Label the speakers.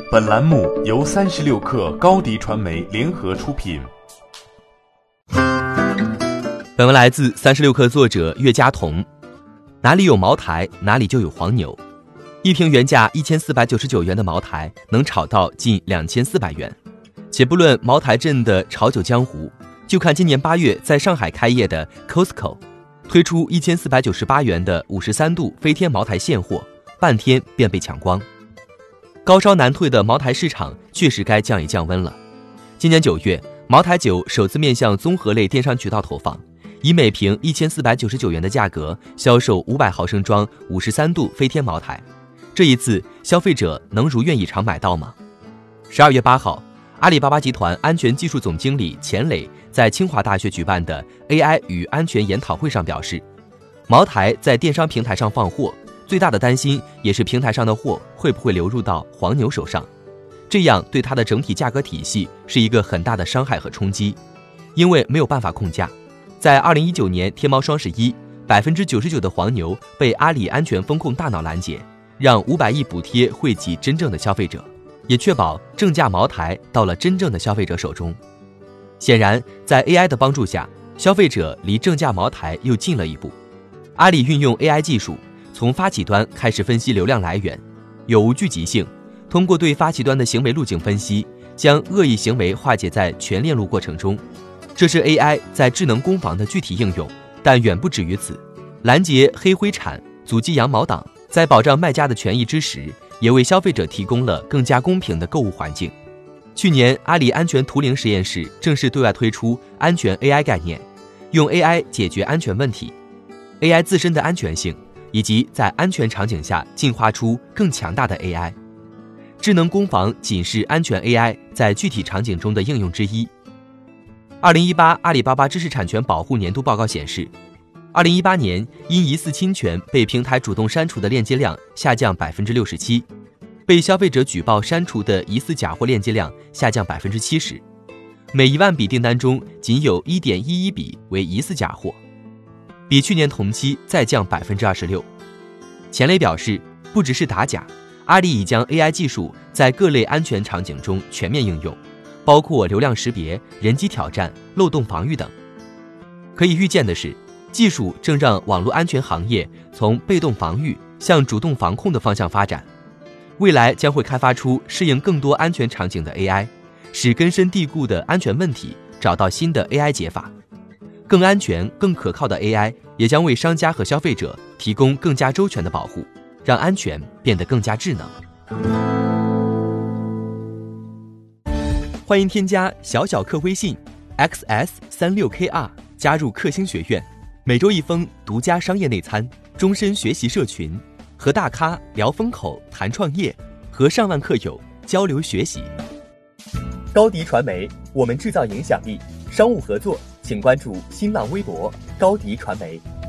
Speaker 1: 本栏目由36氪高迪传媒联合出品。
Speaker 2: 本文来自36氪作者岳佳彤。哪里有茅台，哪里就有黄牛。一瓶原价1499元的茅台能炒到近2400元。且不论茅台镇的炒酒江湖，就看今年8月在上海开业的 Costco 推出1498元的53度飞天茅台现货，半天便被抢光。高烧难退的茅台市场确实该降一降温了。今年9月，茅台酒首次面向综合类电商渠道投放，以每瓶1499元的价格销售500毫升装53度飞天茅台。这一次消费者能如愿以偿买到吗？12月8号，阿里巴巴集团安全技术总经理钱磊在清华大学举办的 AI 与安全研讨会上表示，茅台在电商平台上放货，最大的担心也是平台上的货会不会流入到黄牛手上，这样对它的整体价格体系是一个很大的伤害和冲击，因为没有办法控价。在2019年天猫双11 99% 的黄牛被阿里安全风控大脑拦截，让500亿补贴惠及真正的消费者，也确保正价茅台到了真正的消费者手中。显然，在 AI 的帮助下，消费者离正价茅台又近了一步。阿里运用 AI 技术，从发起端开始分析流量来源，有无聚集性，通过对发起端的行为路径分析，将恶意行为化解在全链路过程中。这是 AI 在智能攻防的具体应用，但远不止于此。拦截黑灰产，阻击羊毛党，在保障卖家的权益之时，也为消费者提供了更加公平的购物环境。去年，阿里安全图灵实验室正式对外推出安全 AI 概念，用 AI 解决安全问题。AI 自身的安全性，以及在安全场景下进化出更强大的 AI。智能攻防仅是安全 AI 在具体场景中的应用之一。2018阿里巴巴知识产权保护年度报告显示，2018年因疑似侵权被平台主动删除的链接量下降 67%， 被消费者举报删除的疑似假货链接量下降 70%， 每1万笔订单中仅有 1.11 笔为疑似假货，比去年同期再降 26%。 钱磊表示，不只是打假，阿里已将 AI 技术在各类安全场景中全面应用，包括流量识别、人机挑战、漏洞防御等。可以预见的是，技术正让网络安全行业从被动防御向主动防控的方向发展，未来将会开发出适应更多安全场景的 AI， 使根深蒂固的安全问题找到新的 AI 解法。更安全、更可靠的 AI 也将为商家和消费者提供更加周全的保护，让安全变得更加智能。欢迎添加小小客微信 XS36KR 加入克星学院，每周一封独家商业内参，终身学习社群，和大咖聊风口谈创业，和上万客友交流学习。
Speaker 3: 高迪传媒，我们制造影响力。商务合作请关注新浪微博高迪传媒。